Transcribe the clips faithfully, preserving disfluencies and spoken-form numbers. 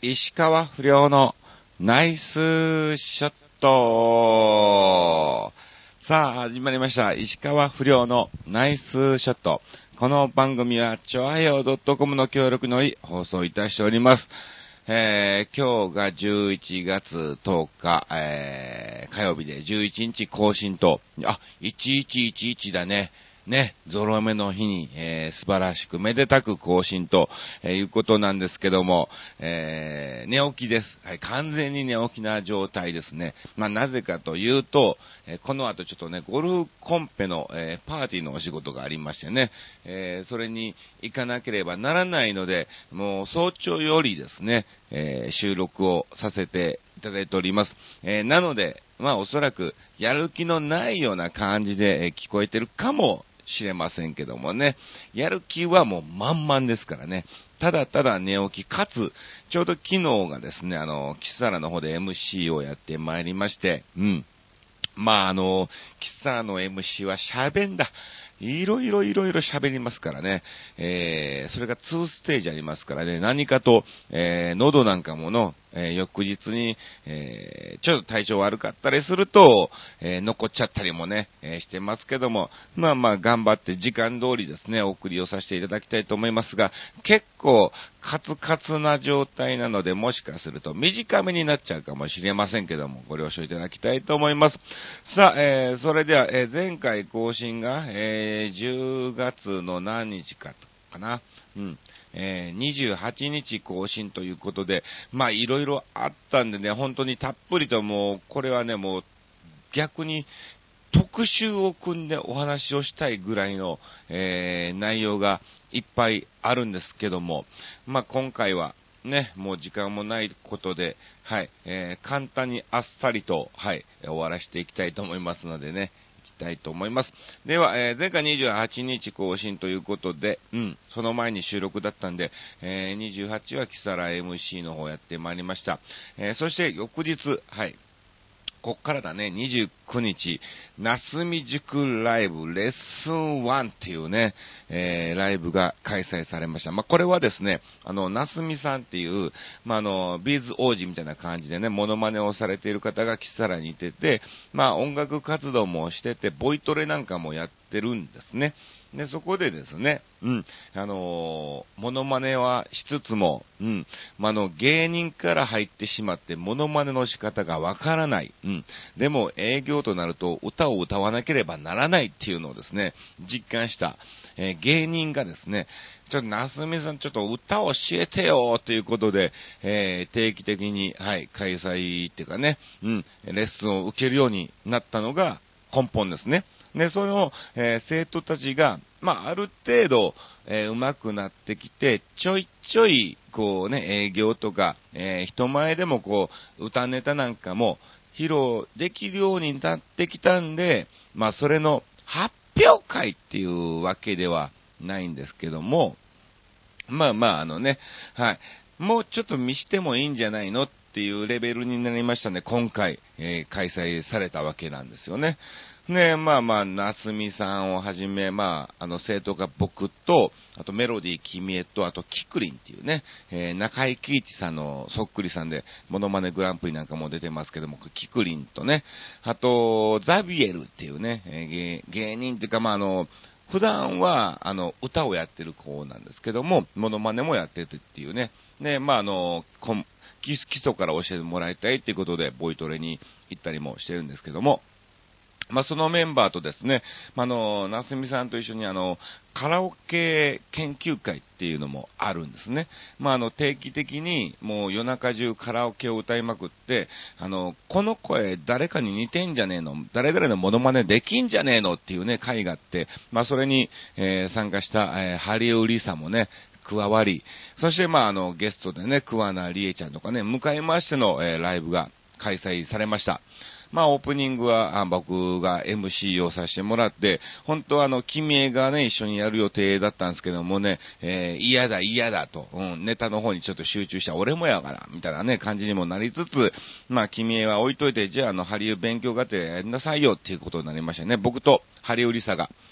石川不良のナイスショット。さあ、始まりました。石川不良のナイスショット。この番組は、チョアヘオ .com の協力により放送いたしております。えー、今日がじゅういちがつとおか、えー、火曜日でじゅういちにち更新と、あ、いちいちいちいちだね。ね、ゾロ目の日に、えー、素晴らしくめでたく更新と、えー、いうことなんですけども、えー、寝起きです。はい、完全に寝起きな状態ですね。まあ、なぜかというと、えー、この後ちょっとね、ゴルフコンペの、えー、パーティーのお仕事がありましてね、えー、それに行かなければならないので、もう早朝よりですね、えー、収録をさせていただいております。えー、なので、まあおそらくやる気のないような感じで、えー、聞こえてるかもしれませんけどもね、やる気はもう満々ですからね、ただただ寝起き、かつ、ちょうど昨日がですね、あの、キサラの方で エムシー をやってまいりまして、うん。まああの、キサラの エムシー は喋んだ。いろいろいろいろ喋りますからね。えー、それがにステージありますからね。何かと、えー、喉なんかもの、えー、翌日に、えー、ちょっと体調悪かったりすると、えー、残っちゃったりもね、えー、してますけども、まあまあ頑張って時間通りですね、お送りをさせていただきたいと思いますが、結構カツカツな状態なので、もしかすると短めになっちゃうかもしれませんけども、ご了承いただきたいと思います。さあ、えー、それでは、えー、前回更新が、えーじゅうがつの何日かかな。うん。えー、にじゅうはちにち更新ということで、まあいろいろあったんでね、本当にたっぷりともう、これはね、もう逆に特集を組んでお話をしたいぐらいの、えー、内容がいっぱいあるんですけども、まあ今回はね、もう時間もないことで、はい、えー、簡単にあっさりと、はい、終わらせていきたいと思いますのでね、たいと思います。では、えー、前回にじゅうはちにち更新ということで、うん、その前に収録だったんで、えー、にじゅうはちはキサラ エムシー の方やってまいりました。えー、そして翌日、はい。こっからだね、にじゅうくにち、なすみ塾ライブレッスンワンっていうね、えー、ライブが開催されました。まあ、これはですね、あの、なすみさんっていう、まあ、あの、ビーズ王子みたいな感じでね、モノマネをされている方がキサラにいてて、まあ、音楽活動もしてて、ボイトレなんかもやってるんですね。で、そこでですね、うん、あのー、モノマネはしつつも、うん、まあ、あの、芸人から入ってしまって、モノマネの仕方がわからない、うん、でも営業となると、歌を歌わなければならないっていうのをですね、実感した、えー、芸人がですね、ちょっと、なすみさん、ちょっと歌を教えてよということで、えー、定期的に、はい、開催っていうかね、うん、レッスンを受けるようになったのが根本ですね。で、その、えー、生徒たちが、まあ、ある程度、えー、上手くなってきて、ちょいちょい、こうね、営業とか、えー、人前でもこう、歌ネタなんかも、披露できるようになってきたんで、まあ、それの発表会っていうわけではないんですけども、まあまあ、あのね、はい。もうちょっと見してもいいんじゃないのっていうレベルになりましたね、今回、えー、開催されたわけなんですよね。ね、まあまあ、なすみさんをはじめ、まあ、あの、生徒が僕と、あとメロディー君へと、あとキクリンっていうね、えー、中井貴一さんのそっくりさんで、モノマネグランプリなんかも出てますけども、キクリンとね、あと、ザビエルっていうね、えー、芸人っていうか、まあ、あの、普段は、あの、歌をやってる子なんですけども、モノマネもやっててっていうね。ね、まあ、あの、基礎から教えてもらいたいっていうことで、ボイトレに行ったりもしてるんですけども、まあ、そのメンバーとですね、まあ、あの、なすみさんと一緒にあの、カラオケ研究会っていうのもあるんですね。まあ、あの、定期的にもう夜中中カラオケを歌いまくって、あの、この声誰かに似てんじゃねえの、誰々のモノマネできんじゃねえのっていうね、会があって、まあ、それに、えー、参加した、えー、ハリウリサもね、加わり、そしてまあ、あの、ゲストでね、桑名理恵ちゃんとかね、迎えましての、えー、ライブが開催されました。まあ、オープニングは、あ僕が エムシー をさせてもらって、本当はあの、君江がね、一緒にやる予定だったんですけどもね、えー、嫌だ、嫌だと、うん、ネタの方にちょっと集中した、俺もやから、みたいなね、感じにもなりつつ、まあ、君江は置いといて、じゃあ、あの、ハリウ勉強がてやりなさいよっていうことになりましたね。僕と、ハリウリサが、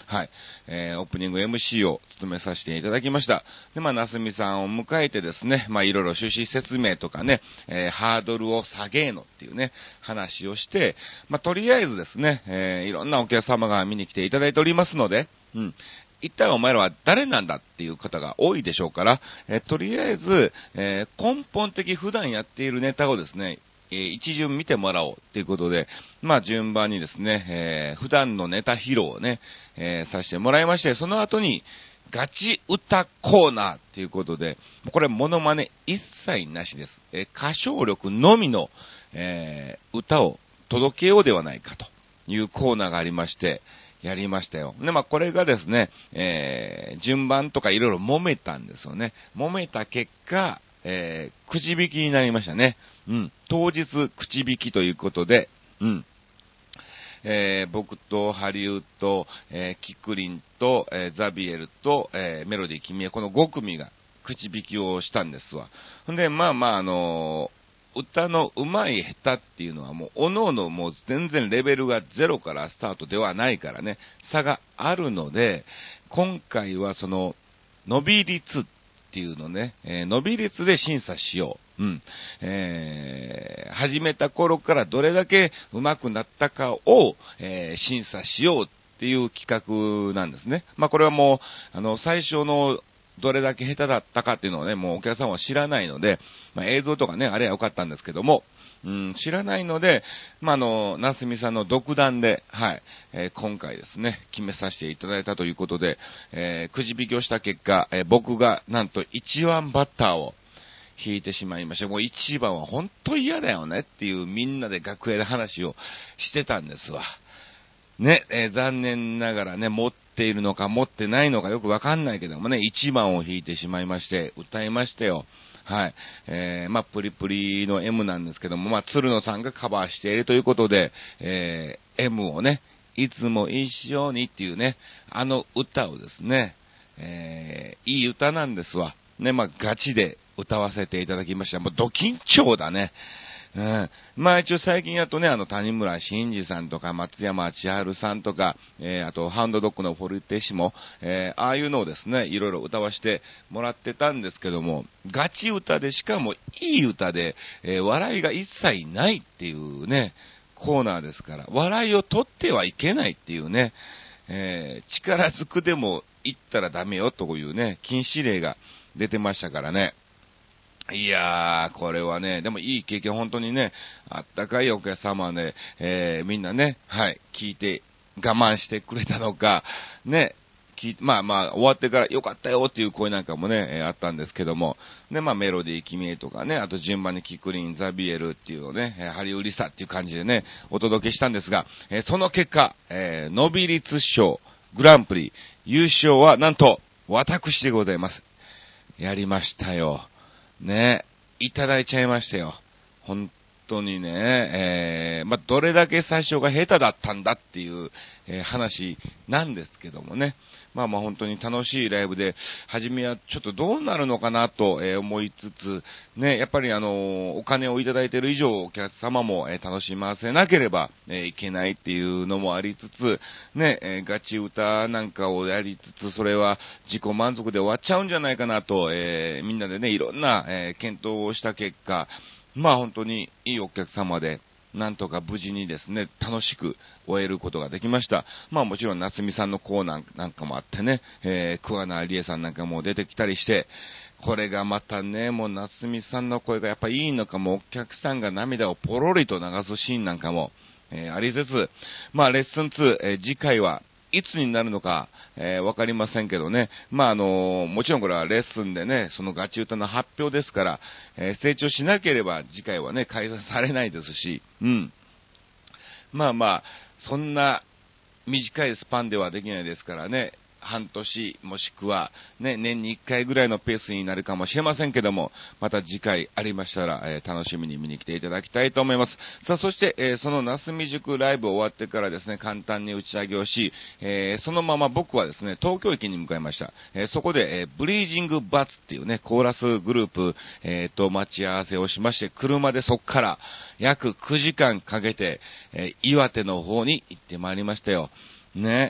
はい、えー、オープニング エムシー を務めさせていただきました。で、まあ、なすみさんを迎えてですね、まあ、いろいろ趣旨説明とかね、えー、ハードルを下げーのっていうね、話をして、まあ、とりあえずですね、えー、いろんなお客様が見に来ていただいておりますので、うん。一体お前らは誰なんだっていう方が多いでしょうから、えー、とりあえず、えー、根本的普段やっているネタをですね、えー、一巡見てもらおうっていうことで、まあ順番にですね、えー、普段のネタ披露をね、えー、させてもらいまして、その後にガチ歌コーナーっていうことで、これモノマネ一切なしです。えー、歌唱力のみの、えー、歌を届けようではないかというコーナーがありまして、やりましたよ。で、まあ、これがですね、えー、順番とかいろいろ揉めたんですよね。揉めた結果、えー、くじ引きになりましたね。うん。当日、くじ引きということで、うん。えー、僕とハリウッド、えー、キクリンと、えー、ザビエルと、えー、メロディー君へ、このご組がくじ引きをしたんですわ。んで、まあまあ、あのー、歌の上手い下手っていうのはもう、おのおのもう全然レベルがゼロからスタートではないからね、差があるので、今回はその、伸び率っていうのね、えー、伸び率で審査しよう。うん。えー、始めた頃からどれだけ上手くなったかを、えー、審査しようっていう企画なんですね。まあこれはもう、あの、最初のどれだけ下手だったかっていうのをね、もうお客さんは知らないので、まあ、映像とかね、あれは良かったんですけども、うん、知らないので、まあ、あの、なすみさんの独断で、はい、えー、今回ですね、決めさせていただいたということで、えー、くじ引きをした結果、えー、僕がなんといちばんバッターを引いてしまいました。もういちばんは本当嫌だよねっていうみんなで楽屋で話をしてたんですわ。ね、えー、残念ながらね、持っているのか持ってないのかよくわかんないけどもね、いちばんを弾いてしまいまして、歌いましたよ。はい。えー、まあ、プリプリの エム なんですけども、まあ、鶴野さんがカバーしているということで、えー、エム をね、いつも一緒にっていうね、あの歌をですね、えー、いい歌なんですわ。ね、まあ、ガチで歌わせていただきました。もうド緊張だね。うん。まあ一応最近やとね、あの谷村新司さんとか松山千春さんとか、えー、あとハンドドッグのフォルテッシモ、えー、ああいうのをですね、いろいろ歌わせてもらってたんですけども、ガチ歌でしかもいい歌で、えー、笑いが一切ないっていうね、コーナーですから、笑いを取ってはいけないっていうね、えー、力ずくでも言ったらダメよというね、禁止令が出てましたからね。いやー、これはね、でもいい経験、本当にね、あったかいお客様で、えー、みんなね、はい、聞いて我慢してくれたのか、ね、聞まあまあ、終わってからよかったよっていう声なんかもね、えー、あったんですけども、で、まあメロディー君へとかね、あと順番にキクリン、ザビエルっていうのをね、えー、ハリウリサっていう感じでね、お届けしたんですが、えー、その結果、えー、伸び率賞、グランプリ、優勝はなんと、私でございます。やりましたよ。ね、いただいちゃいましたよ。本当にね、えー、まあ、どれだけ最初が下手だったんだっていう、えー、話なんですけどもね。まあまあ本当に楽しいライブで、初めはちょっとどうなるのかなと、えー、思いつつ、ね、やっぱりあのー、お金をいただいている以上、お客様も、えー、楽しませなければ、えー、いけないっていうのもありつつ、ね、えー、ガチ歌なんかをやりつつ、それは自己満足で終わっちゃうんじゃないかなと、えー、みんなでね、いろんな、えー、検討をした結果、まあ本当にいいお客様で、なんとか無事にですね、楽しく終えることができました。まあもちろん夏美さんのコーナーなんかもあってね、えー、桑名理恵さんなんかも出てきたりして、これがまたね、もう夏美さんの声がやっぱいいのかも、お客さんが涙をポロリと流すシーンなんかも、えー、ありつつ、まあレッスンツー、えー、次回はいつになるのか、えー、わかりませんけどね。まあ、あのー、もちろんこれはレッスンでね、そのガチ歌の発表ですから、えー、成長しなければ次回はね、開催されないですし、うん。まあまあ、そんな短いスパンではできないですからね。半年もしくは、ね、年にいっかいぐらいのペースになるかもしれませんけども、また次回ありましたら、えー、楽しみに見に来ていただきたいと思います。さあ、そして、えー、そのなすみ塾ライブ終わってからですね、簡単に打ち上げをし、えー、そのまま僕はですね、東京駅に向かいました。えー、そこで、えー、ブリージングバツっていうね、コーラスグループ、えー、と待ち合わせをしまして、車でそこから約くじかんかけて、えー、岩手の方に行ってまいりましたよ。ね。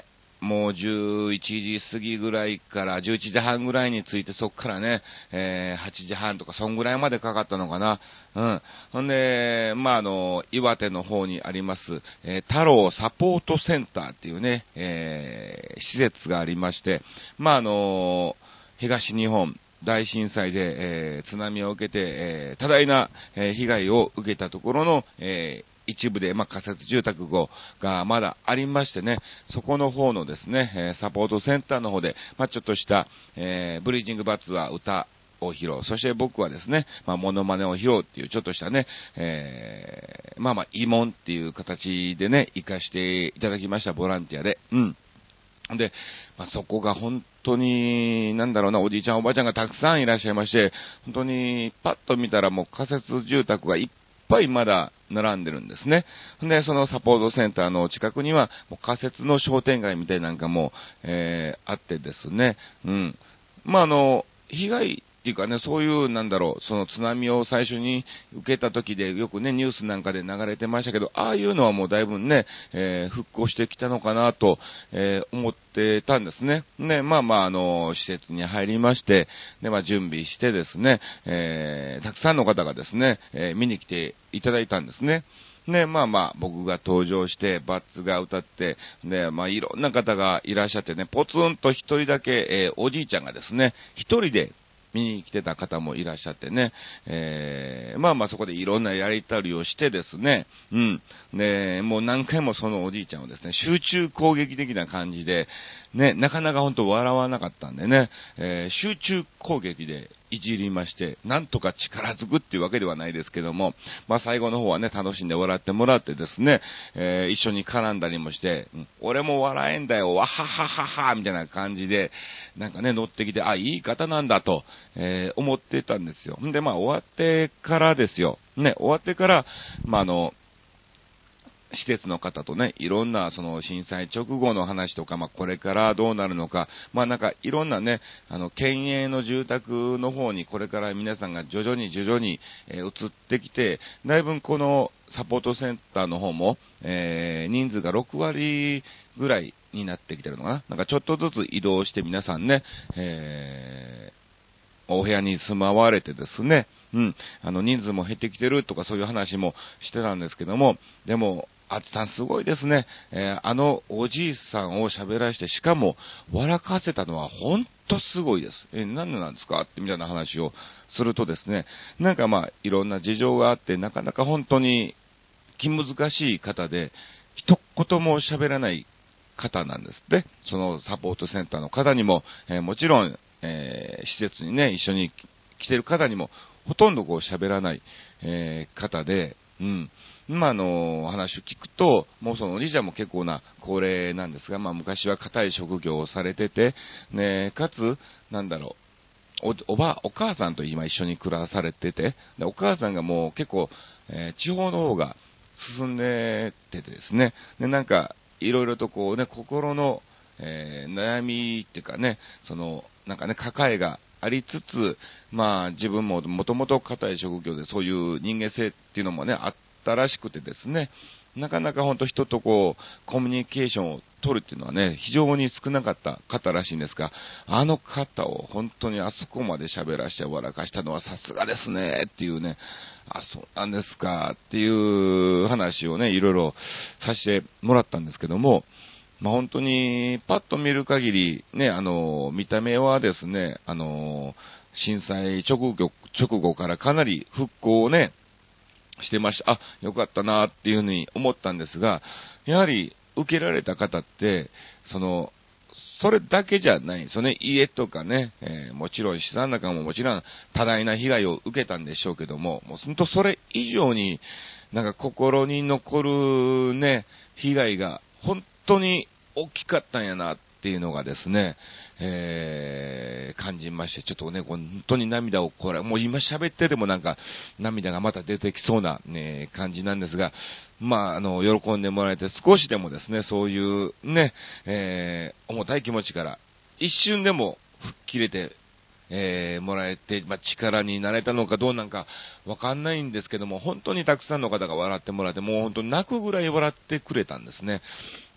もうじゅういちじ過ぎぐらいからじゅういちじはんぐらいに着いて、そっからね、えー、はちじはんとかそんぐらいまでかかったのかな。うん。ほんで、まあ、あの、岩手の方にあります、えー、太郎サポートセンターっていうね、えー、施設がありまして、まあ、あの、東日本大震災で、えー、津波を受けて、えー、多大な、えー、被害を受けたところの、えー一部で、まあ、仮設住宅がまだありましてね、そこの方のですね、えー、サポートセンターの方で、まあ、ちょっとした、えー、ブリージングバツは歌を披露、そして僕はですね、まあ、モノマネを披露っていう、ちょっとしたね、えー、まあまあ、慰問っていう形でね、活かしていただきました、ボランティアで。うん。で、まあ、そこが本当に、なんだろうな、おじいちゃんおばあちゃんがたくさんいらっしゃいまして、本当に、パッと見たらもう仮設住宅がいっぱいまだ並んでるんですね。で、そのサポートセンターの近くには、もう仮設の商店街みたいなんかも、えー、あってですね、うん。まあ、あの、被害っていうかね、そういう、なんだろう、その津波を最初に受けた時で、よくね、ニュースなんかで流れてましたけど、ああいうのはもうだいぶね、えー、復興してきたのかなと、えー、思ってたんですね。ね、まあまあ、あの、施設に入りまして、で、まあ、準備してですね、えー、たくさんの方がですね、えー、見に来ていただいたんですね。で、まあまあ、僕が登場して、バッツが歌って、で、まあ、いろんな方がいらっしゃってね、ポツンと一人だけ、えー、おじいちゃんがですね、一人で、見に来てた方もいらっしゃってね、えー、まあまあそこでいろんなやりたりをしてですね、うん。で、もう何回もそのおじいちゃんをですね、集中攻撃的な感じで、ね、なかなかほんと笑わなかったんでね、えー、集中攻撃でいじりまして、なんとか力づくっていうわけではないですけども、まあ最後の方はね、楽しんで笑ってもらってですね、えー、一緒に絡んだりもして、うん、俺も笑えんだよ、わはははは、みたいな感じで、なんかね、乗ってきて、あ、いい方なんだと、えー、思ってたんですよ。んで、まあ終わってからですよ。ね、終わってから、まああの、施設の方とね、いろんなその震災直後の話とか、まあこれからどうなるのか、まあなんかいろんなね、あの、県営の住宅の方にこれから皆さんが徐々に徐々に、えー、移ってきて、だいぶこのサポートセンターの方も、えー、人数がろくわりぐらいになってきてるのかな。なんかちょっとずつ移動して皆さんね、えー、お部屋に住まわれてですね、うん、あの人数も減ってきてるとかそういう話もしてたんですけども、でも、あつさんすごいですね。えー、あのおじいさんを喋らして、しかも笑かせたのはほんとすごいです。えー、何でなんですかってみたいな話をするとですね、なんかまあいろんな事情があって、なかなか本当に気難しい方で、一言も喋らない方なんですって。そのサポートセンターの方にも、えー、もちろん、えー、施設にね、一緒に来てる方にも、ほとんどこう喋らない、えー、方で、うん。まあ、あの、話を聞くと、もうそのおじいちゃんも結構な高齢なんですが、まあ、昔は固い職業をされてて、ね、かつ、なんだろう、お、おば、お母さんと今一緒に暮らされてて、でお母さんがもう結構、えー、地方の方が進んでてですね、で、なんか、いろいろとこうね、心の、えー、悩みっていうかね、その、なんかね、抱えがありつつ、まあ自分ももともと固い職業でそういう人間性っていうのもね、あったらしくてですね、なかなかほんと人とこう、コミュニケーションを取るっていうのはね、非常に少なかった方らしいんですが、あの方を本当にあそこまで喋らして笑かしたのはさすがですね、っていうね、あ、そうなんですか、っていう話をね、いろいろさせてもらったんですけども、まあ、本当に、パッと見る限り、ね、あの、見た目はですね、あの、震災直後、直後からかなり復興をね、してました。あ、よかったなっていうふうに思ったんですが、やはり受けられた方って、その、それだけじゃないんですよね。家とかね、えー、もちろん資産なんかももちろん多大な被害を受けたんでしょうけども、もう本当それ以上に、なんか心に残るね、被害が本当に大きかったんやなっていうのがですね、えー、感じまして、ちょっとね、本当に涙をこれ、もう今喋っててもなんか涙がまた出てきそうな、ね、感じなんですが、まあ、あの、喜んでもらえて少しでもですね、そういうね、えー、重たい気持ちから一瞬でも吹っ切れて、えー、もらえて、まあ、力になれたのかどうなんかわかんないんですけども、本当にたくさんの方が笑ってもらって、もう本当に泣くぐらい笑ってくれたんですね。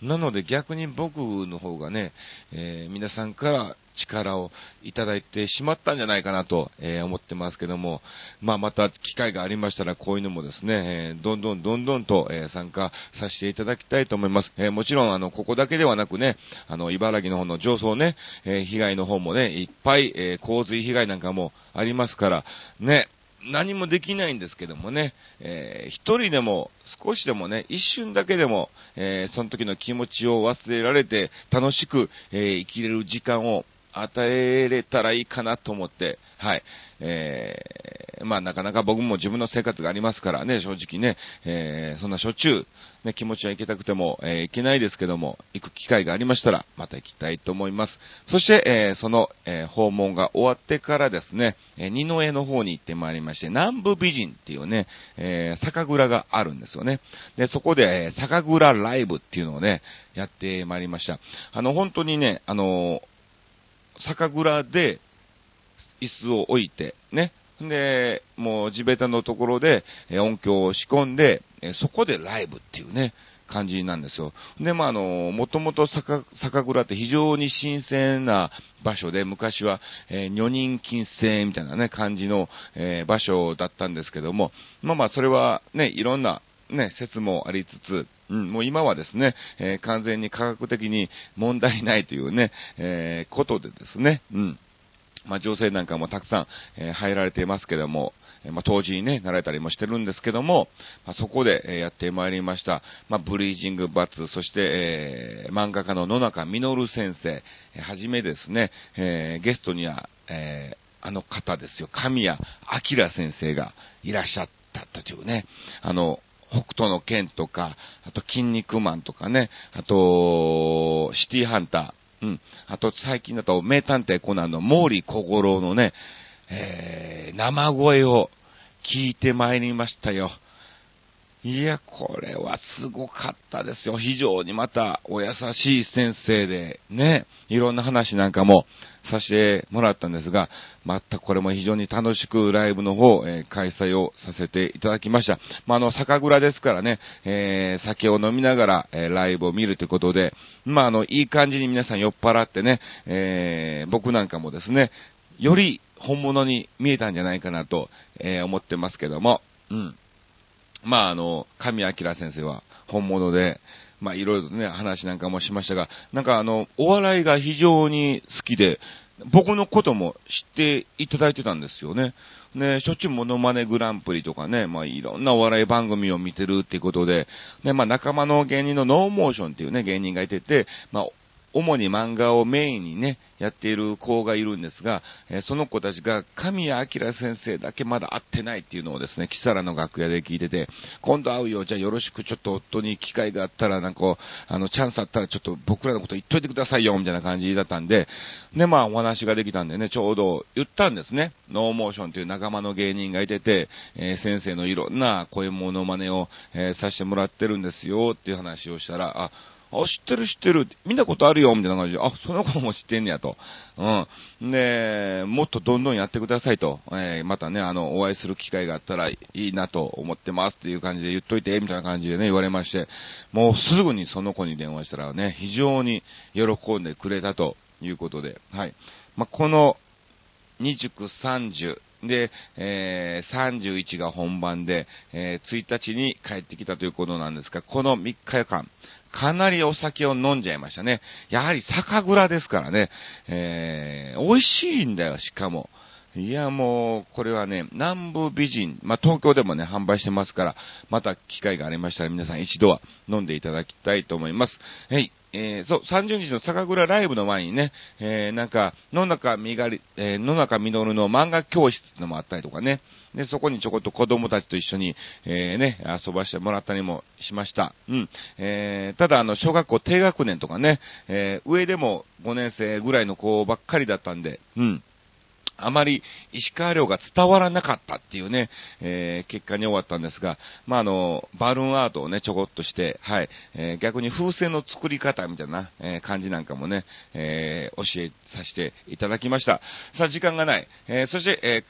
なので逆に僕の方がね、えー、皆さんから力をいただいてしまったんじゃないかなと、えー、思ってますけども、まあ、また機会がありましたらこういうのもですね、えー、どんどんどんどんと、えー、参加させていただきたいと思います。えー、もちろんあのここだけではなくね、あの茨城の方の上層ね、えー、被害の方もねいっぱい、えー、洪水被害なんかもありますからね。何もできないんですけどもね、えー、一人でも少しでもね、一瞬だけでも、えー、その時の気持ちを忘れられて楽しく、えー、生きれる時間を与えれたらいいかなと思って、はい。えー、まあなかなか僕も自分の生活がありますからね、正直ね、えー、そんなしょっちゅう、ね、気持ちは行けたくても、えー、行けないですけども、行く機会がありましたら、また行きたいと思います。そして、えー、その、えー、訪問が終わってからですね、えー、二の江の方に行ってまいりまして、南部美人っていうね、えー、酒蔵があるんですよね。で、そこで、えー、酒蔵ライブっていうのをね、やってまいりました。あの、本当にね、あのー、酒蔵で椅子を置いて、ね。で、もう地べたのところで音響を仕込んで、そこでライブっていうね、感じなんですよ。で、まあ、あの、もともと酒、酒蔵って非常に新鮮な場所で、昔は、えー、女人禁制みたいなね、感じの、えー、場所だったんですけども、まあまあ、それはね、いろんな、ね、説もありつつ、うん、もう今はですね、えー、完全に科学的に問題ないというね、えー、ことでですね、うん。まあ、女性なんかもたくさん、えー、入られていますけども、えー、まあ、当時にね、なられたりもしてるんですけども、まあ、そこで、えー、やってまいりました。まあ、ブリージングバツ、そして、えー、漫画家の野中実先生、えー、はじめですね、えー、ゲストには、えー、あの方ですよ、神谷明先生がいらっしゃったというね、あの、北斗の拳とか、あと筋肉マンとかね、あと、シティハンター、うん。あと、最近だと、名探偵コナンの毛利小五郎のね、えー、生声を聞いてまいりましたよ。いや、これはすごかったですよ。非常にまたお優しい先生で、ね、いろんな話なんかもさせてもらったんですが、またこれも非常に楽しくライブの方、えー、開催をさせていただきました。まあ、あの、酒蔵ですからね、えー、酒を飲みながら、えー、ライブを見るということで、まあ、あの、いい感じに皆さん酔っ払ってね、えー、僕なんかもですね、より本物に見えたんじゃないかなと、えー、思ってますけども、うん。まあ、あの、神谷明先生は本物で、まあ、いろいろとね、話なんかもしましたが、なんかあの、お笑いが非常に好きで、僕のことも知っていただいてたんですよね。ね、しょっちゅうモノマネグランプリとかね、まあ、いろんなお笑い番組を見てるっていうことで、ね、まあ、仲間の芸人のノーモーションっていうね、芸人がいてて、まあ、主に漫画をメインにね、やっている子がいるんですが、えー、その子たちが神谷明先生だけまだ会ってないっていうのをですね、キサラの楽屋で聞いてて、今度会うよ、じゃあよろしくちょっと夫に機会があったら、なんか、あの、チャンスあったらちょっと僕らのこと言っといてくださいよ、みたいな感じだったんで、で、まあお話ができたんでね、ちょうど言ったんですね。ノーモーションという仲間の芸人がいてて、えー、先生のいろんな声モノマネを、えー、させてもらってるんですよ、っていう話をしたら、あ、あ、知ってる知ってる。見たことあるよみたいな感じで、あ、その子も知ってんねやと。うん。で、もっとどんどんやってくださいと。えー、またね、あの、お会いする機会があったらいいなと思ってますっていう感じで言っといて、みたいな感じでね、言われまして、もうすぐにその子に電話したらね、非常に喜んでくれたということで、はい。まあ、この、に塾さんじゅうで、えー、さんじゅういちが本番で、えー、ついたちに帰ってきたということなんですが、このみっかかん、かなりお酒を飲んじゃいましたね。やはり酒蔵ですからね、えー、美味しいんだよ、しかも。いや、もう、これはね、南部美人、まあ、東京でもね、販売してますから、また機会がありましたら皆さん一度は飲んでいただきたいと思います。はい。えー、そう、さんじゅうにちの酒蔵ライブの前にね、えー、なんか、野中みがり、えー、野中みのるの漫画教室のもあったりとかね、で、そこにちょこっと子供たちと一緒に、えー、ね、遊ばしてもらったりもしました。うん。えー、ただ、あの、小学校低学年とかね、えー、上でもごねん生ぐらいの子ばっかりだったんで、うん。あまり石川遼が伝わらなかったっていうね、えー、結果に終わったんですが、まあ、あの、バルーンアートをね、ちょこっとして、はい、えー、逆に風船の作り方みたいな、えー、感じなんかもね、えー、教えさせていただきました。さあ、時間がない。えー、そして、えー、帰っ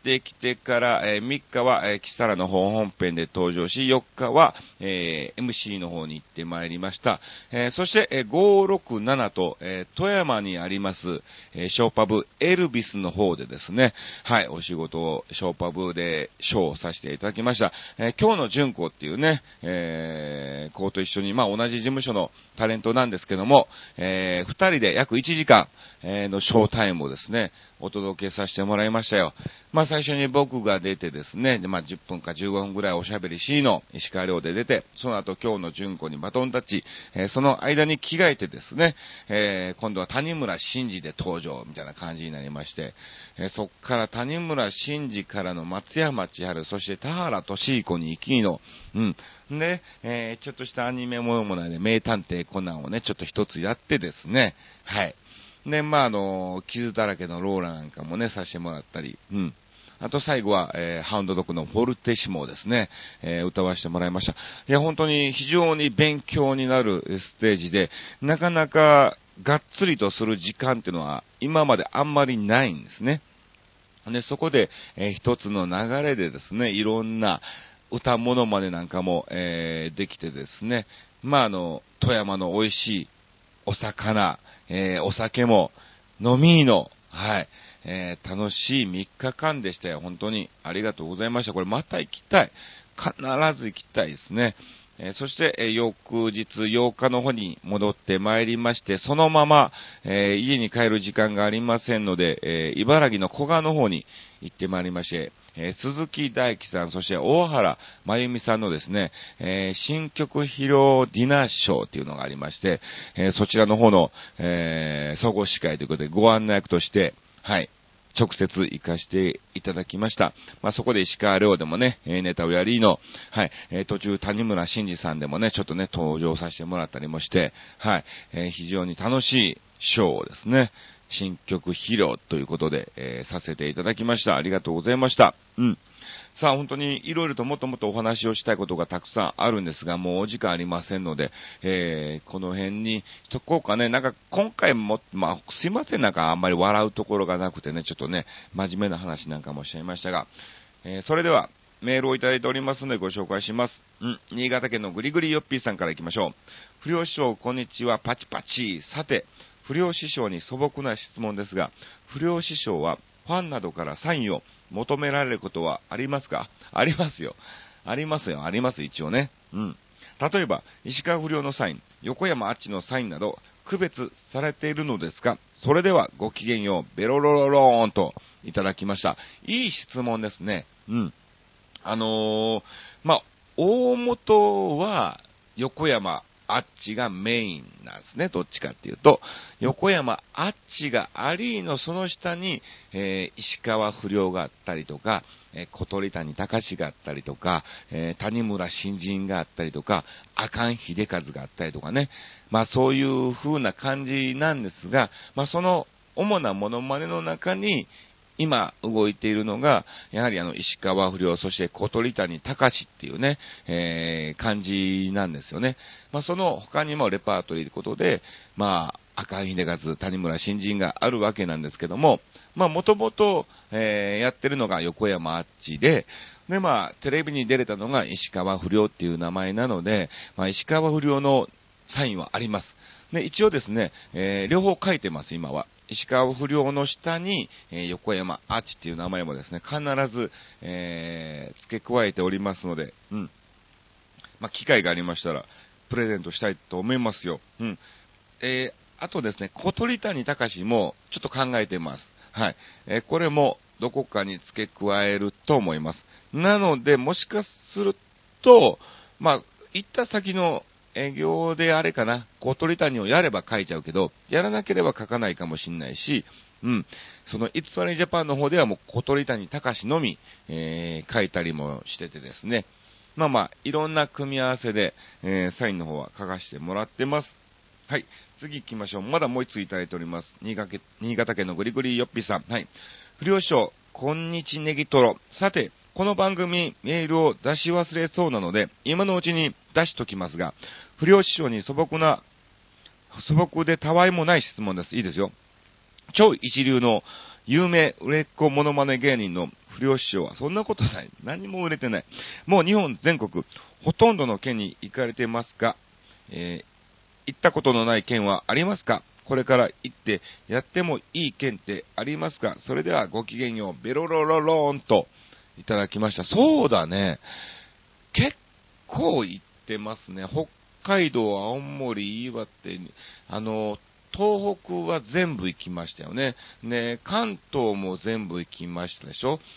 ってきてから、えー、みっかは、えー、キサラの方本編で登場し、よっかは、えー、エムシー の方に行ってまいりました。えー、そして、えー、ごろくななと、えー、富山にあります、えー、ショーパブエルビスの方でですね、はい、お仕事をショーパブでショーをさせていただきました。えー、今日の純子っていうね、えー、子と一緒に、まあ、同じ事務所のタレントなんですけども、えー、二人で約いちじかん、えー、のショータイムをですね、お届けさせてもらいましたよ。まあ最初に僕が出てですね、でまあじゅっぷんかじゅうごふんぐらいおしゃべり C の石川遼で出て、その後今日の純子にバトンタッチ、えー、その間に着替えてですね、えー、今度は谷村新司で登場みたいな感じになりまして、えー、そっから谷村新司からの松山千春、そして田原俊彦に行きの、うん。で、えー、ちょっとしたアニメものもないで名探偵コナンをね、ちょっと一つやってですね、はい。で、まあ、あの、傷だらけのローラなんかもね、させてもらったり、うん。あと最後は、えー、ハウンドドッグのフォルテシモをですね、えー、歌わせてもらいました。いや、本当に非常に勉強になるステージで、なかなかがっつりとする時間っていうのは、今まであんまりないんですね。で、そこで、えー、一つの流れでですね、いろんな歌物までなんかも、えー、できてですね、まあ、あの、富山の美味しいお魚、えー、お酒も飲みの、はい、えー、楽しいみっかかんでしたよ。本当にありがとうございました。これまた行きたい。必ず行きたいですね。えー、そして、えー、翌日ようかの方に戻ってまいりまして、そのまま、えー、家に帰る時間がありませんので、えー、茨城の古河の方に行ってまいりまして、えー、鈴木大樹さん、そして大原真由美さんのですね、えー、新曲披露ディナーショーっていうのがありまして、えー、そちらの方の、えー、総合司会ということでご案内役として、はい、直接行かせていただきました。まあ、そこで石川遼でもね、ネタをやりの、はい、えー、途中谷村新司さんでもね、ちょっとね、登場させてもらったりもして、はい、えー、非常に楽しいショーをですね、新曲披露ということで、えー、させていただきました。ありがとうございました。うん。さあ、本当にいろいろともっともっとお話をしたいことがたくさんあるんですが、もうお時間ありませんので、えー、この辺にしとこうかね。なんか今回も、まあ、すいません、なんかあんまり笑うところがなくてね、ちょっとね、真面目な話なんかもしちゃいましたが、えー、それでは、メールをいただいておりますのでご紹介します。うん、新潟県のぐりぐりよっぴーさんから行きましょう。不良師匠、こんにちは、パチパチ。さて、不良師匠に素朴な質問ですが、不良師匠はファンなどからサインを求められることはありますか？ありますよ。ありますよ。あります、一応ね。うん。例えば、石川不良のサイン、横山あっちのサインなど、区別されているのですか？それでは、ごきげんよう、ベロロロローンといただきました。いい質問ですね。うん。あのー、まあ、大元は、横山あっちがメインなんですね。どっちかっていうと、横山あっちがありのその下に、えー、石川不良があったりとか、えー、小鳥谷隆があったりとか、えー、谷村新人があったりとか、赤ん秀和があったりとかね。まあそういう風な感じなんですが、まあその主なモノマネの中に、今動いているのが、やはりあの、石川不良、そして小鳥谷隆っていうね、えー、感じなんですよね。まあ、その他にもレパートリーということで、まあ、赤井秀和、谷村新人があるわけなんですけども、まあ、もともと、えー、やってるのが横山あっちで、で、まあ、テレビに出れたのが石川不良っていう名前なので、まあ、石川不良のサインはあります。で、一応ですね、えー、両方書いてます、今は。石川不良の下に、えー、横山あっちっていう名前もですね、必ず、えー、付け加えておりますので、うん。まあ、機会がありましたら、プレゼントしたいと思いますよ。うん。えー、あとですね、小鳥谷隆もちょっと考えてます。はい。えー、これもどこかに付け加えると思います。なので、もしかすると、まあ、行った先の営業であれかな、小鳥谷をやれば書いちゃうけど、やらなければ書かないかもしれないし、うん、その、It's Funny Japan の方ではもう小鳥谷隆のみ、えー、書いたりもしててですね、まあまあ、いろんな組み合わせで、えー、サインの方は書かせてもらってます。はい、次行きましょう。まだもう一ついただいております。新潟県、新潟県のぐりぐりよっぴさん。はい。不良師匠、こんにちネギトロ。さて、この番組メールを出し忘れそうなので、今のうちに出しときますが、不良師匠に素朴な、素朴でたわいもない質問です。いいですよ。超一流の有名売れっ子モノマネ芸人の不良師匠は。そんなことない。何も売れてない。もう日本全国、ほとんどの県に行かれてますが、えー、行ったことのない県はありますか？これから行ってやってもいい県ってありますか？それではごきげんよう、ベロロロローンといただきました。そうだね。結構行ってますね。北海道、青森、岩手に、あの、東北は全部行きましたよね。ね、関東も全部行きましたでしょ。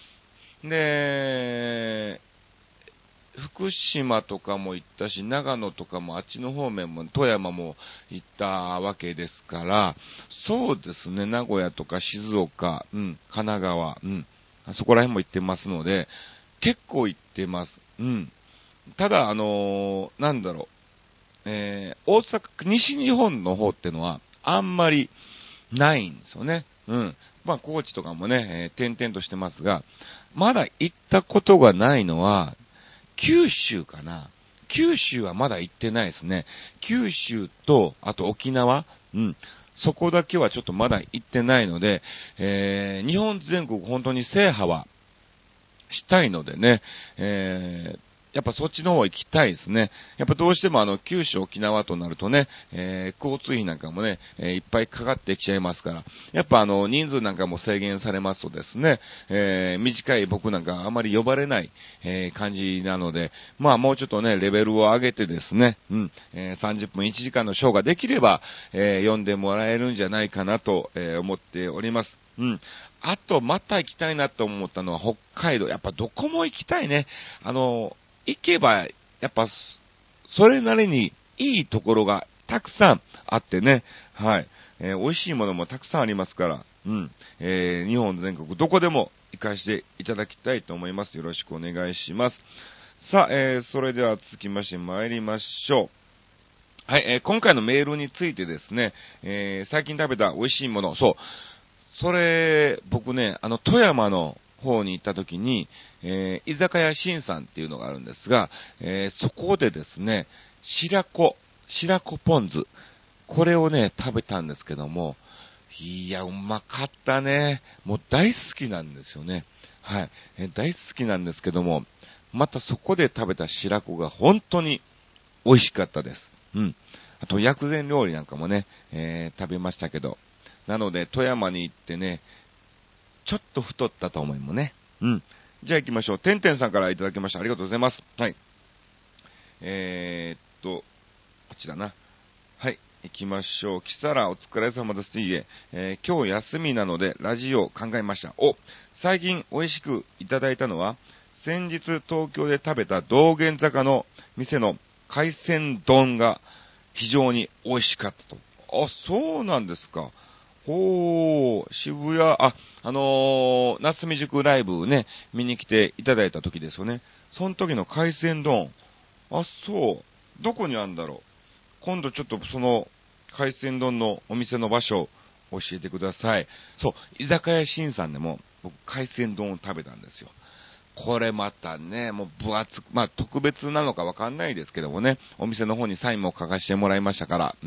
で、福島とかも行ったし、長野とかもあっちの方面も、富山も行ったわけですから、そうですね、名古屋とか静岡、うん、神奈川、うん、あそこら辺も行ってますので、結構行ってます。うん。ただ、あのー、なんだろう、えー、大阪、西日本の方ってのは、あんまりないんですよね。うん。まあ、高知とかもね、えー、点々としてますが、まだ行ったことがないのは、九州かな。九州はまだ行ってないですね。九州と、あと沖縄、うん。そこだけはちょっとまだ行ってないので、えー、日本全国本当に制覇はしたいのでね、えー、やっぱそっちの方行きたいですね。やっぱどうしてもあの、九州沖縄となるとね、えー、交通費なんかもね、えー、いっぱいかかってきちゃいますから、やっぱあの、人数なんかも制限されますとですね、えー、短い僕なんかあまり呼ばれない、えー、感じなので、まあもうちょっとね、レベルを上げてですね、うん、えー、さんじゅっぷんいちじかんのショーができれば、えー、呼んでもらえるんじゃないかなと、えー、思っております。うん。あと、また行きたいなと思ったのは北海道。やっぱどこも行きたいね。あの、行けば、やっぱ、それなりにいいところがたくさんあってね。はい。えー、美味しいものもたくさんありますから。うん。えー、日本全国どこでも行かせていただきたいと思います。よろしくお願いします。さあ、えー、それでは続きまして参りましょう。はい、えー、今回のメールについてですね、えー、最近食べた美味しいもの、そう。それ、僕ね、あの、富山の方に行った時に、えー、居酒屋新さんっていうのがあるんですが、えー、そこでですね、白子、白子ポン酢、これをね、食べたんですけども、いや、うまかったね。もう大好きなんですよね。はい。えー、大好きなんですけども、またそこで食べた白子が本当に美味しかったです。うん。あと、薬膳料理なんかもね、えー、食べましたけど、なので、富山に行ってね、ちょっと太ったと思いもね。うん。じゃあ行きましょう。てんてんさんからいただきました。ありがとうございます。はい。えー、っと、こっちだな。はい。行きましょう。キサラお疲れ様です。いいえ、えー、今日休みなのでラジオを考えました。お、最近美味しくいただいたのは、先日東京で食べた道玄坂の店の海鮮丼が非常に美味しかったと。あ、そうなんですか。ほー、渋谷、あ、あのー、夏見塾ライブね、見に来ていただいた時ですよね。その時の海鮮丼。あ、そう。どこにあるんだろう。今度ちょっとその海鮮丼のお店の場所を教えてください。そう、居酒屋新さんでも僕海鮮丼を食べたんですよ。これまたね、もう分厚く、まあ特別なのかわかんないですけどもね、お店の方にサインも書かせてもらいましたから、うん。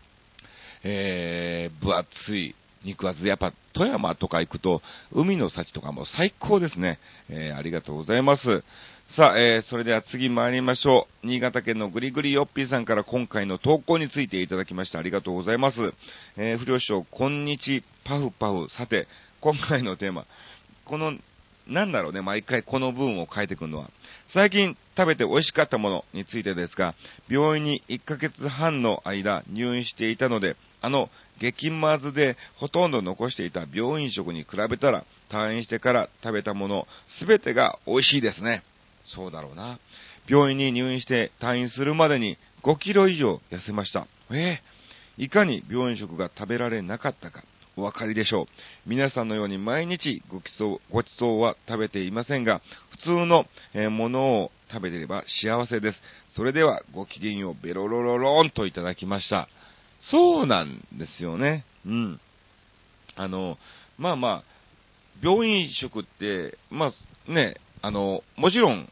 えー、分厚い肉厚で、やっぱ富山とか行くと、海の幸とかも最高ですね。えー、ありがとうございます。さあ、えー、それでは次参りましょう。新潟県のぐりぐりよっぴーさんから今回の投稿についていただきました。ありがとうございます。えー、不良師匠、こんにち、パフパフ。さて、今回のテーマ、この、なんだろうね、毎回この文を書いてくるのは。最近食べて美味しかったものについてですが、病院にいっかげつはんの間入院していたので、あの、激まずでほとんど残していた病院食に比べたら、退院してから食べたもの、すべてが美味しいですね。そうだろうな。病院に入院して退院するまでにごキロ以上痩せました。えー、いかに病院食が食べられなかったか、お分かりでしょう。皆さんのように毎日ごちそう、ごちそうは食べていませんが、普通のものを食べていれば幸せです。それではごきげんよう、ベロロロロンといただきました。そうなんですよね。うん。あの、まあまあ、病院食って、まあね、あの、もちろん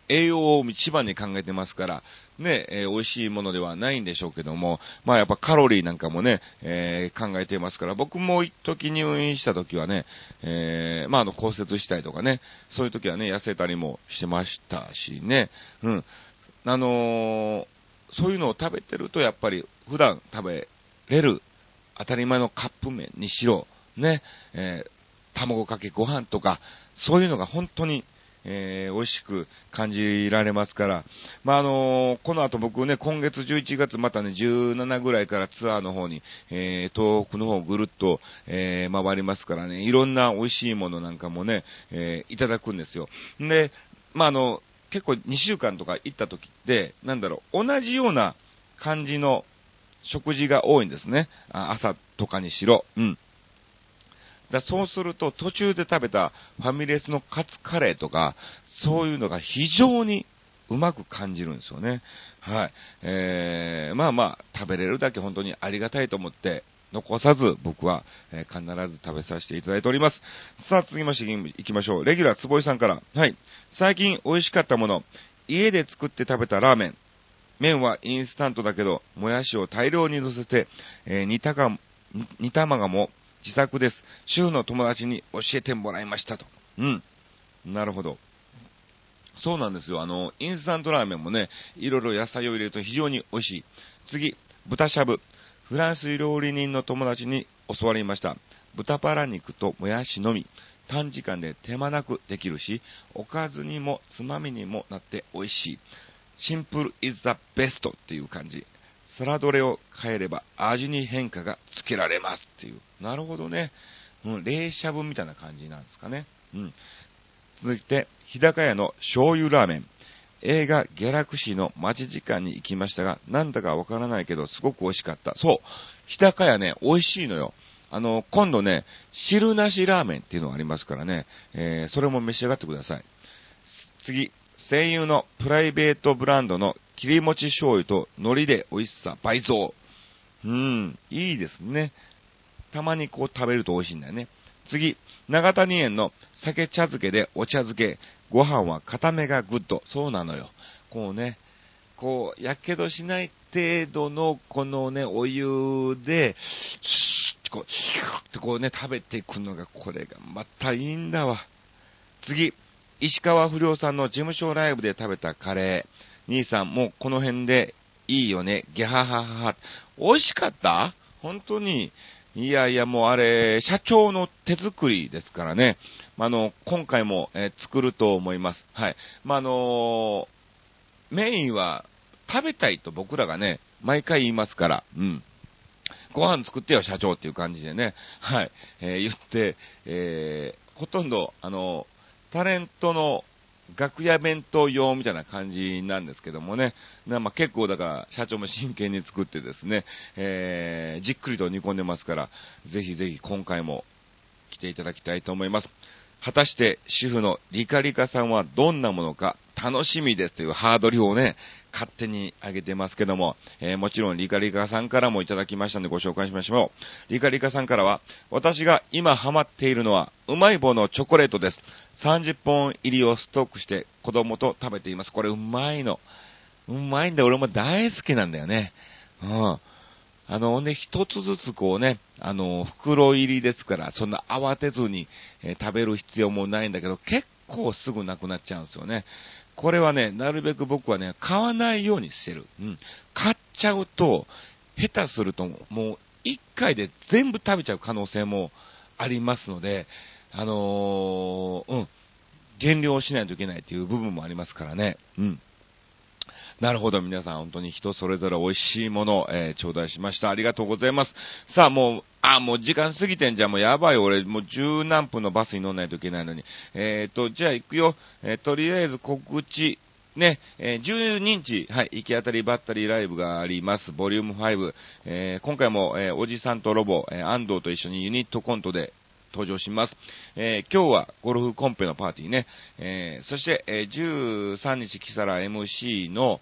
栄養を一番に考えてますから、ね、えー、美味しいものではないんでしょうけども、まあやっぱカロリーなんかもね、えー、考えていますから、僕も一時入院した時はね、えー、まああの骨折したりとかね、そういう時はね、痩せたりもしてましたしね、うん。あのー、そういうのを食べてるとやっぱり普段食べれる当たり前のカップ麺にしろ、ね、えー、卵かけご飯とか、そういうのが本当にえー、美味しく感じられますから、まあ、あのー、この後僕ね、今月じゅういちがつまたね、じゅうしちぐらいからツアーの方に、えー、東北の方をぐるっと、えー、回りますからね、いろんな美味しいものなんかもね、えー、いただくんですよ。で、まあ、あの、結構にしゅうかんとか行った時って、なんだろう、同じような感じの食事が多いんですね。朝とかにしろ。うん。だそうすると、途中で食べたファミレスのカツカレーとか、そういうのが非常にうまく感じるんですよね。はい。えー、まあまあ、食べれるだけ本当にありがたいと思って、残さず僕は、えー、必ず食べさせていただいております。さあ、続きまして行きましょう。レギュラー坪井さんから。はい。最近美味しかったもの。家で作って食べたラーメン。麺はインスタントだけど、もやしを大量に乗せて、えー、煮たか、煮卵も自作です。主婦の友達に教えてもらいましたと。うん。なるほど。そうなんですよ。あの、インスタントラーメンもね、いろいろ野菜を入れると非常に美味しい。次、豚しゃぶ。フランス料理人の友達に教わりました。豚バラ肉ともやしのみ。短時間で手間なくできるし、おかずにもつまみにもなって美味しい。シンプル is the best っていう感じ。サラドレを変えれば味に変化がつけられますっていう。なるほどね。うん、冷しゃぶみたいな感じなんですかね。うん。続いて、日高屋の醤油ラーメン。映画ギャラクシーの待ち時間に行きましたが、なんだかわからないけど、すごく美味しかった。そう。日高屋ね、美味しいのよ。あの、今度ね、汁なしラーメンっていうのがありますからね、えー、それも召し上がってください。次、声優のプライベートブランドの切り餅醤油と海苔で美味しさ倍増。うーん、いいですね。たまにこう食べると美味しいんだよね。次、長谷園の酒茶漬けでお茶漬け。ご飯は固めがグッド。そうなのよ。こうね、こう、やけどしない程度のこのね、お湯で、シュッこう、シュッってこうね、食べていくのが、これがまたいいんだわ。次、石川不良さんの事務所ライブで食べたカレー。兄さん、もうこの辺でいいよね。ギャハハハ。美味しかった？本当に。いやいや、もうあれ、社長の手作りですからね。あの、今回も、えー、作ると思います。はい。まあ、あのー、メインは食べたいと僕らがね、毎回言いますから、うん。ご飯作ってよ、社長っていう感じでね、はい、えー、言って、えー、ほとんど、あの、タレントの楽屋弁当用みたいな感じなんですけどもね、まあ、結構だから社長も真剣に作ってですね、えー、じっくりと煮込んでますから、ぜひぜひ今回も来ていただきたいと思います。果たして主婦のリカリカさんはどんなものか楽しみですというハードルをね、勝手に上げてますけども、えー、もちろんリカリカさんからもいただきましたのでご紹介しましょう。リカリカさんからは、私が今ハマっているのは、うまい棒のチョコレートです。さんじゅっぽん入りをストックして子供と食べています。これうまいの。うまいんだ。俺も大好きなんだよね。うん。あのね、一つずつこうね、あの、袋入りですから、そんな慌てずに、えー、食べる必要もないんだけど、結構すぐなくなっちゃうんですよね。これはね、なるべく僕はね、買わないようにしてる。うん。買っちゃうと、下手するともう一回で全部食べちゃう可能性もありますので、あのー、うん。減量しないといけないっていう部分もありますからね。うん。なるほど、皆さん本当に人それぞれ美味しいものを、えー、頂戴しました。ありがとうございます。さあ、もう、あ、もう時間過ぎてんじゃん。もうやばい。俺、もう十何分のバスに乗んないといけないのに。えーと、じゃあ行くよ。えー、とりあえず告知。ね、えー、じゅうににち、はい、行き当たりばったりライブがあります。ボリュームご。えー、今回も、えー、おじさんとロボ、えー、安藤と一緒にユニットコントで、登場します。えー、今日はゴルフコンペのパーティーね。えー、そして、えー、じゅうさんにちキサラ エムシー の、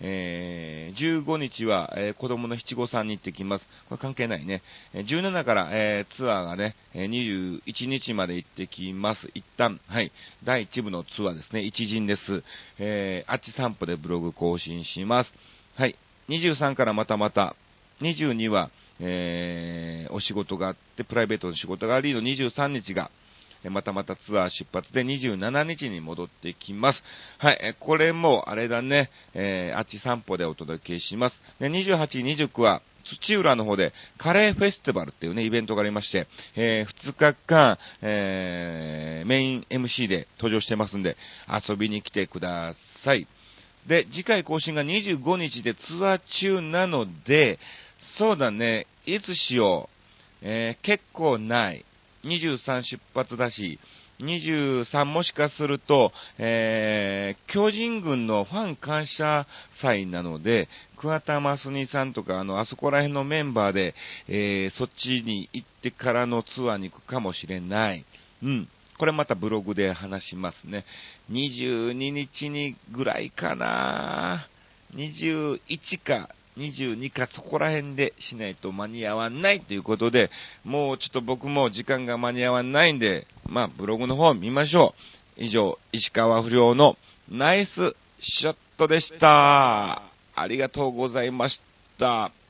えー、じゅうごにちは、えー、子供の七五三に行ってきます。これ関係ないね。じゅうしちから、えー、ツアーがね、にじゅういちにちまで行ってきます。一旦、はい。だいいち部のツアーですね。一陣です。えー、あっち散歩でブログ更新します。はい。にじゅうさんからまたまた、にじゅうには、えー、お仕事があって、プライベートの仕事がありのにじゅうさんにちが、またまたツアー出発でにじゅうしちにちに戻ってきます。はい、これもあれだね、えー、あっち散歩でお届けします。でにじゅうはち、にじゅうくは、土浦の方でカレーフェスティバルっていうね、イベントがありまして、えー、ふつかかん、えー、メイン エムシー で登場してますんで、遊びに来てください。で、次回更新がにじゅうごにちでツアー中なので、そうだね、いつしよう、えー、結構ない。にじゅうさん出発だし、にじゅうさんもしかすると、えー、巨人軍のファン感謝祭なので、桑田真澄さんとか、あの、あそこら辺のメンバーで、えー、そっちに行ってからのツアーに行くかもしれない。うん。これまたブログで話しますね。にじゅうににちにぐらいかな。にじゅういちか、にじゅうにかそこら辺でしないと間に合わないということで、もうちょっと僕も時間が間に合わないんで、まあブログの方見ましょう。以上、石川不良のナイスショットでした。ありがとうございました。